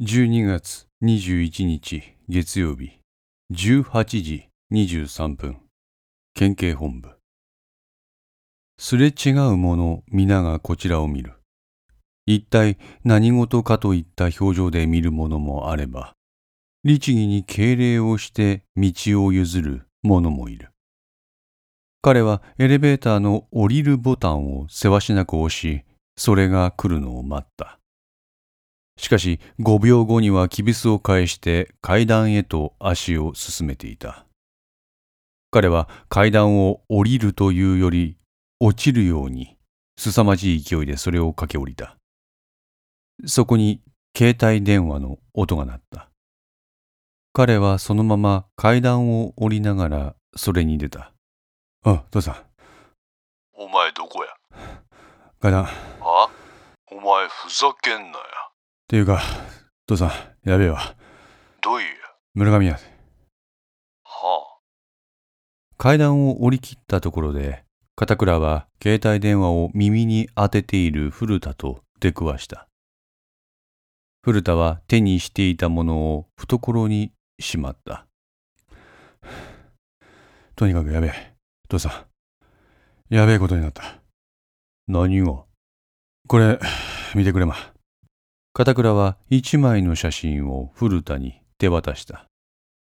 12月21日月曜日18時23分県警本部。すれ違う者皆がこちらを見る。一体何事かといった表情で見る者もあれば、律儀に敬礼をして道を譲る者もいる。彼はエレベーターの降りるボタンをせわしなく押し、それが来るのを待った。しかし5秒後にはきびすを返して階段へと足を進めていた。彼は階段を降りるというより落ちるように凄まじい勢いでそれを駆け下りた。そこに携帯電話の音が鳴った。彼はそのまま階段を降りながらそれに出た。あ、父さん。 お前どこや？ 階段。 あ？お前ふざけんなや。 っていうか、父さん、やべえわ。 どういや？ 村上や。 は階段を降り切ったところで、片倉は携帯電話を耳に当てている古田と出くわした。古田は手にしていたものを懐にしまった。とにかくやべえ。父さん、やべえことになった。 何が？ これ、見てくれま。片倉は一枚の写真を古田に手渡した。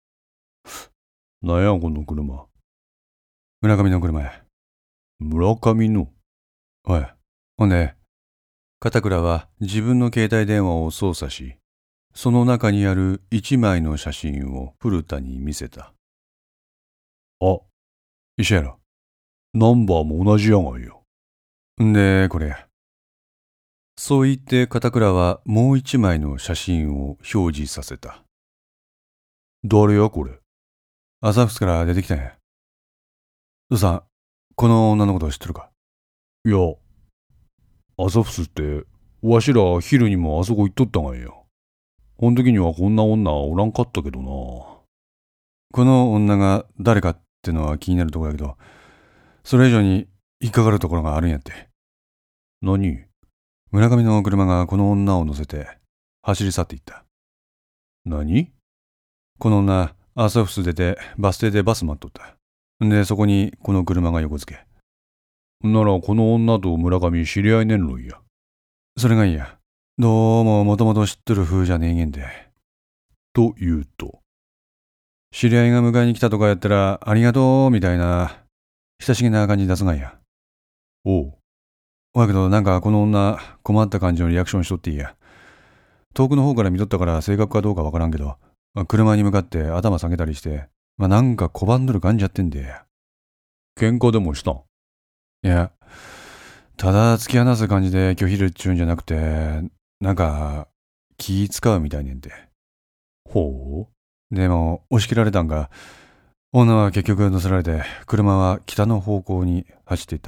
なんやこの車。 村上の車や。 村上の？ おい。ほんで、片倉は自分の携帯電話を操作し、その中にある一枚の写真を古田に見せた。 あ、 一緒やろ。 ナンバーも同じやがいよ。 んで、これや。そう言って片倉はもう一枚の写真を表示させた。 誰やこれ？ 朝福から出てきたんや。父さん、この女のこと知ってるか？ いや、朝福ってわしら昼にもあそこ行っとったがいや。ほん時にはこんな女おらんかったけどな。 この女が誰かってのは気になるところだけど、それ以上に引っかかるところがあるんやって。 何？ 村上の車がこの女を乗せて走り去っていった。 何？ この女、朝フス出てバス停でバス待っとった。で、そこにこの車が横付け。 ならこの女と村上知り合いねんろいや。 それがいいや。どうももともと知っとる風じゃねえげんで。 というと？ 知り合いが迎えに来たとかやったらありがとうみたいな親しげな感じ出すがいや。 おう。 おやけどなんかこの女困った感じのリアクションしとっていいや。遠くの方から見とったから正確かどうかわからんけど、車に向かって頭下げたりして、なんか拒んどる感じやってんで。 喧嘩でもしたん？ いや、ただ突き放す感じで拒否るっちゅうんじゃなくて、なんか気使うみたいねんて。 ほう。でも押し切られたんか、女は結局乗せられて、車は北の方向に走っていった。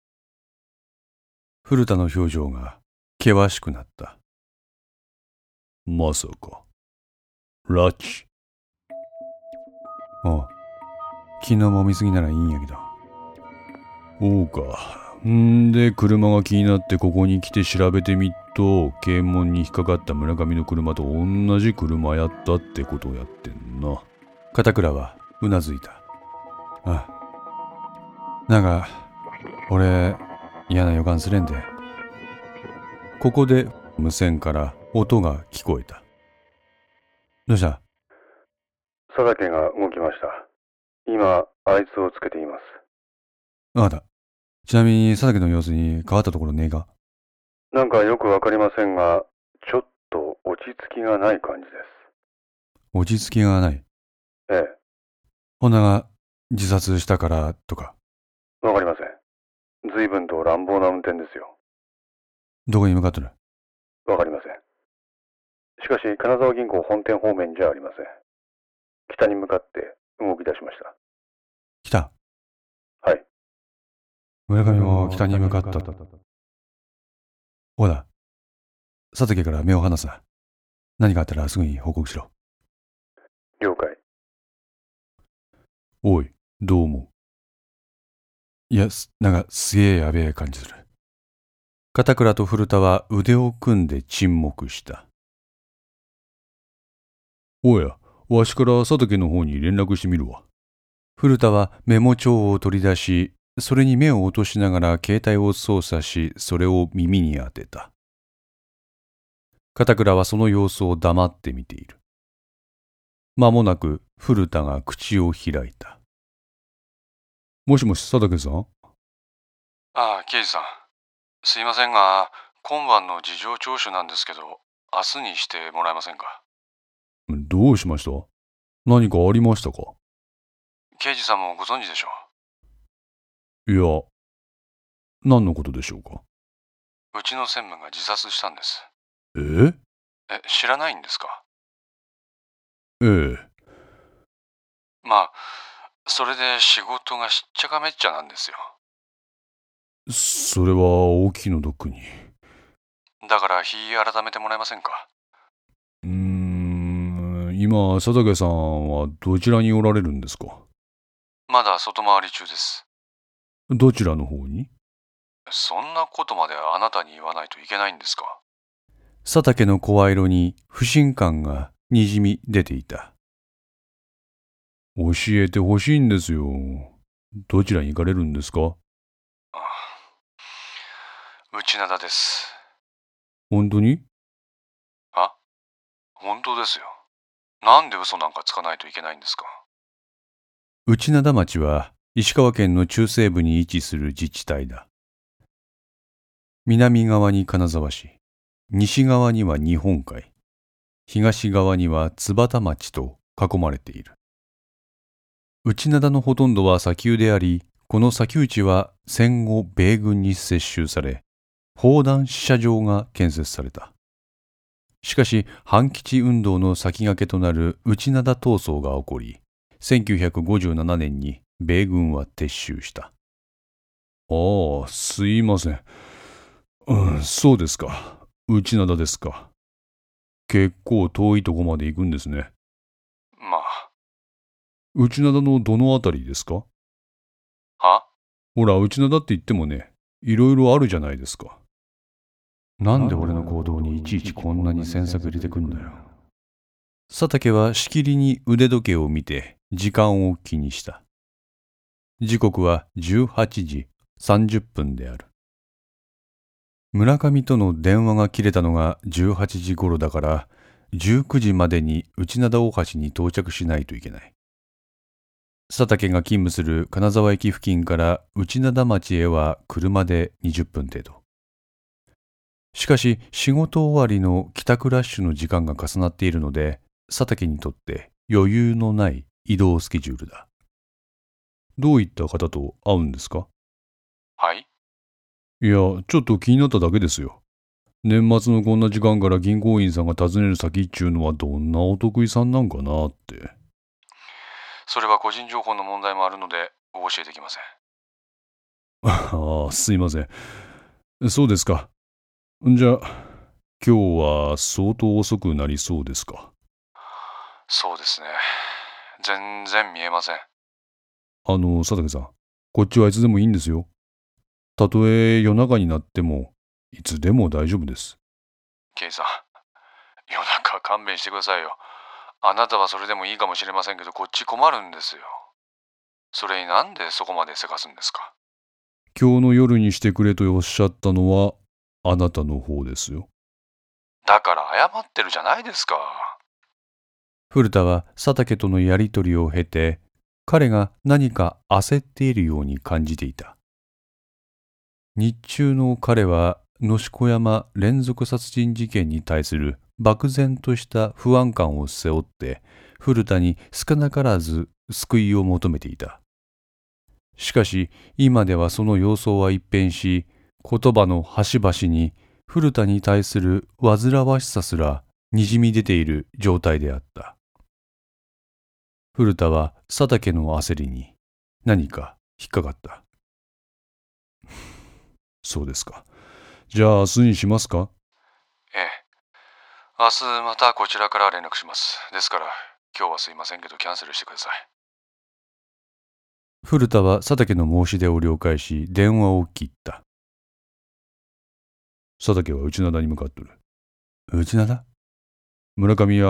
古田の表情が険しくなった。 まさか拉致？ おう、昨日も見過ぎならいいんやけど。 おうか。んで車が気になってここに来て調べてみっと、検問に引っかかった村上の車と同じ車やったってことをやってんな。 片倉はうなずいた。ああ、なんか俺嫌な予感すれんで。ここで無線から音が聞こえた。どうした？ 佐竹が動きました。今、あいつをつけています。 ああだ。ちなみに佐竹の様子に変わったところねえか？ なんかよくわかりませんが、ちょっと落ち着きがない感じです。 落ち着きがない？ ええ。 女が自殺したからとか？ わかりません。随分と乱暴な運転ですよ。 どこに向かっとる？ わかりません。しかし、金沢銀行本店方面じゃありません。北に向かって動き出しました。 北？ はい。 村上も北に向かった。ほら、佐竹から目を離すな。何かあったらすぐに報告しろ。 了解。 おい、どう思う？ いや、なんかすげえやべえ感じする。片倉と古田は腕を組んで沈黙した。 おや、わしから佐竹の方に連絡してみるわ。 古田はメモ帳を取り出し、それに目を落としながら携帯を操作し、それを耳に当てた。片倉はその様子を黙って見ている。間もなく古田が口を開いた。 もしもし、佐竹さん？ ああ、刑事さん。すいませんが、今晩の事情聴取なんですけど、明日にしてもらえませんか？ どうしました？何かありましたか？ 刑事さんもご存知でしょいや、何のことでしょうか？ う。うちの専務が自殺したんです。 え？ 知らないんですか？ ええ。 まあ、それで仕事がしっちゃかめっちゃなんですよ。 それは大きいのどっくに。 だから日改めてもらえませんか？ 今、佐竹さんはどちらにおられるんですか？ まだ外回り中です。 どちらの方に？ そんなことまであなたに言わないといけないんですか？ 佐竹の声色に不信感がにじみ出ていた。 教えてほしいんですよ。どちらに行かれるんですか？ 内灘です。 本当に？ 本当ですよ。なんで嘘なんかつかないといけないんですか？ 内灘町は石川県の中西部に位置する自治体だ。南側に金沢市、西側には日本海、東側には津幡町と囲まれている。内灘のほとんどは砂丘であり、この砂丘地は戦後米軍に接収され、砲弾試射場が建設された。しかし反基地運動の先駆けとなる内灘闘争が起こり、1957年に米軍は撤収した。 ああ、すいません。そうですか。内灘ですか。結構遠いとこまで行くんですね。 まあ。 内灘のどのあたりですか？ほら、内灘って言ってもね、いろいろあるじゃないですか。 なんで俺の行動にいちいちこんなに詮索入れてくんだよ。佐竹はしきりに腕時計を見て時間を気にした。時刻は18時30分である。村上との電話が切れたのが18時頃だから、19時までに内灘大橋に到着しないといけない。佐竹が勤務する金沢駅付近から内灘町へは車で20分程度。しかし仕事終わりの帰宅ラッシュの時間が重なっているので、佐竹にとって余裕のない移動スケジュールだ。 どういった方と会うんですか？ はい？ いや、ちょっと気になっただけですよ。年末のこんな時間から銀行員さんが訪ねる先っちゅうのはどんなお得意さんなんかなって。 それは個人情報の問題もあるのでお教えできません。 ああ、すいません。そうですか。じゃあ、今日は相当遅くなりそうですか？ そうですね。全然見えません。 佐竹さん、こっちはいつでもいいんですよ。たとえ夜中になっても、いつでも大丈夫です。 ケイさん、夜中勘弁してくださいよ。あなたはそれでもいいかもしれませんけど、こっち困るんですよ。それになんでそこまでせかすんですか？ 今日の夜にしてくれとおっしゃったのは、あなたの方ですよ。 だから謝ってるじゃないですか。 古田は佐竹とのやりとりを経て、彼が何か焦っているように感じていた。日中の彼は野子山連続殺人事件に対する漠然とした不安感を背負って古田に少なからず救いを求めていた。しかし今ではその様相は一変し、言葉の端々に古田に対する煩わしさすらにじみ出ている状態であった。古田は佐竹の焦りに何か引っかかった。 そうですか。じゃあ明日にしますか？ ええ。明日またこちらから連絡します。ですから今日はすいませんけどキャンセルしてください。 古田は佐竹の申し出を了解し電話を切った。 佐竹は内灘に向かっとる。 内灘？ 村上や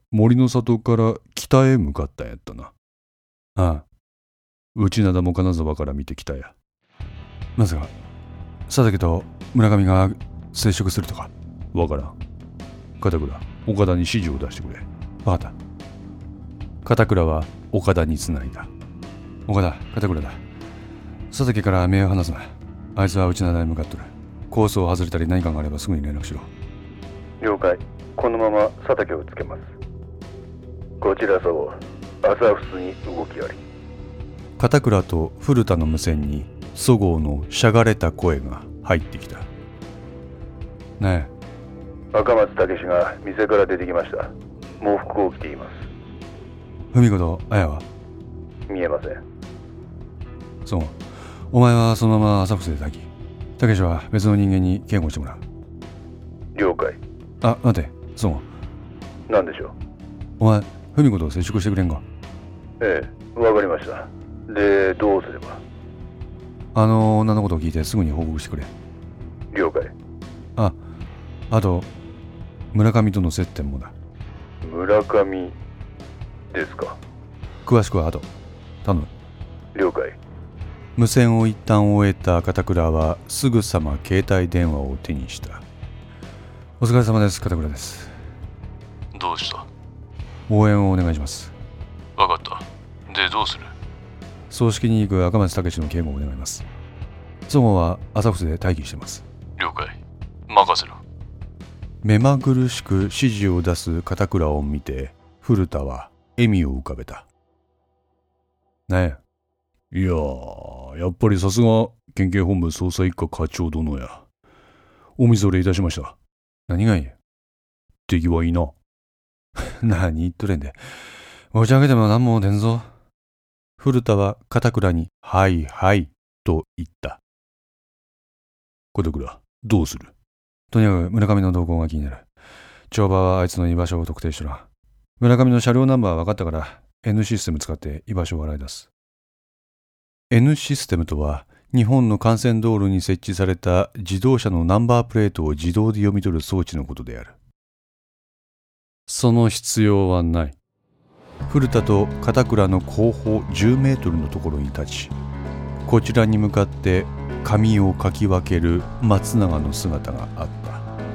森の里から北へ向かったんやったな。 ああ、 内灘も金沢から見てきたや。 まさか佐竹と村上が接触するとか？ わからん。片倉、岡田に指示を出してくれ。 わかった。片倉は岡田につないだ。岡田、片倉だ。佐竹から目を離すな。あいつは内灘へ向かっとる。コースを外れたり何かがあればすぐに連絡しろ。 了解。このまま佐竹をつけます。こちらそう朝伏に動きあり。 片倉と古田の無線にそごうのしゃがれた声が入ってきた。ねえ、 赤松武史が店から出てきました。喪服を着ています。 文子と綾は？ 見えません。 そう。お前はそのまま朝伏で待機。武史は別の人間に警護してもらう。 了解。 あ、待て、そう。 何でしょう。 お前、文子と接触してくれんか？ ええ、わかりました。で、どうすれば？ あの女のことを聞いてすぐに報告してくれ。 了解。 あと村上との接点もだ。 村上ですか？ 詳しくは後頼む。 了解。 無線を一旦終えた片倉はすぐさま携帯電話を手にした。お疲れ様です。片倉です。 どうした？ 応援をお願いします。 わかった。で、どうする？ 葬式に行く赤松武史の警護を願います。そごうは朝伏で待機してます。 了解。任せろ。 目まぐるしく指示を出す片倉を見て古田は笑みを浮かべた。ねえ。いやー、やっぱりさすが県警本部捜査一課課長殿や。おみぞれいたしました。 何がいい？ 出来はいいな。 何言っとれんで。持ち上げても何も出んぞ。古田は片倉にはいはいと言った。 片倉、どうする？ とにかく村上の動向が気になる。帳場はあいつの居場所を特定しろ。村上の車両ナンバー分かったから N システム使って居場所を洗い出す。N システムとは日本の幹線道路に設置された自動車のナンバープレートを自動で読み取る装置のことである。その必要はない。古田と片倉の後方10メートルのところに立ち、こちらに向かって髪をかき分ける松永の姿があった。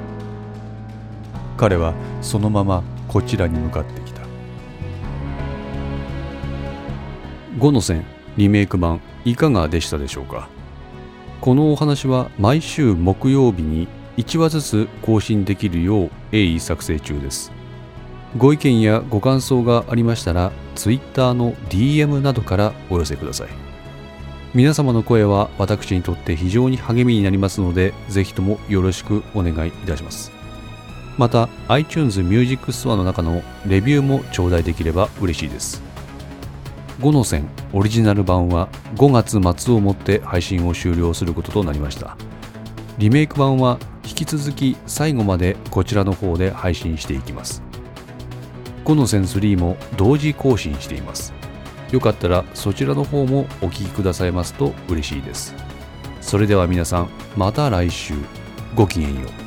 彼はそのままこちらに向かってきた。5の線リメイク版いかがでしたでしょうか。このお話は毎週木曜日に1話ずつ更新できるよう鋭意作成中です。ご意見やご感想がありましたら Twitter の DM などからお寄せください。皆様の声は私にとって非常に励みになりますので、ぜひともよろしくお願いいたします。また iTunes Music Store の中のレビューも頂戴できれば嬉しいです。5の線オリジナル版は5月末をもって配信を終了することとなりました。リメイク版は引き続き最後までこちらの方で配信していきます。5の線3も同時更新しています。よかったらそちらの方もお聞きくださいますと嬉しいです。それでは皆さん、また来週。ごきげんよう。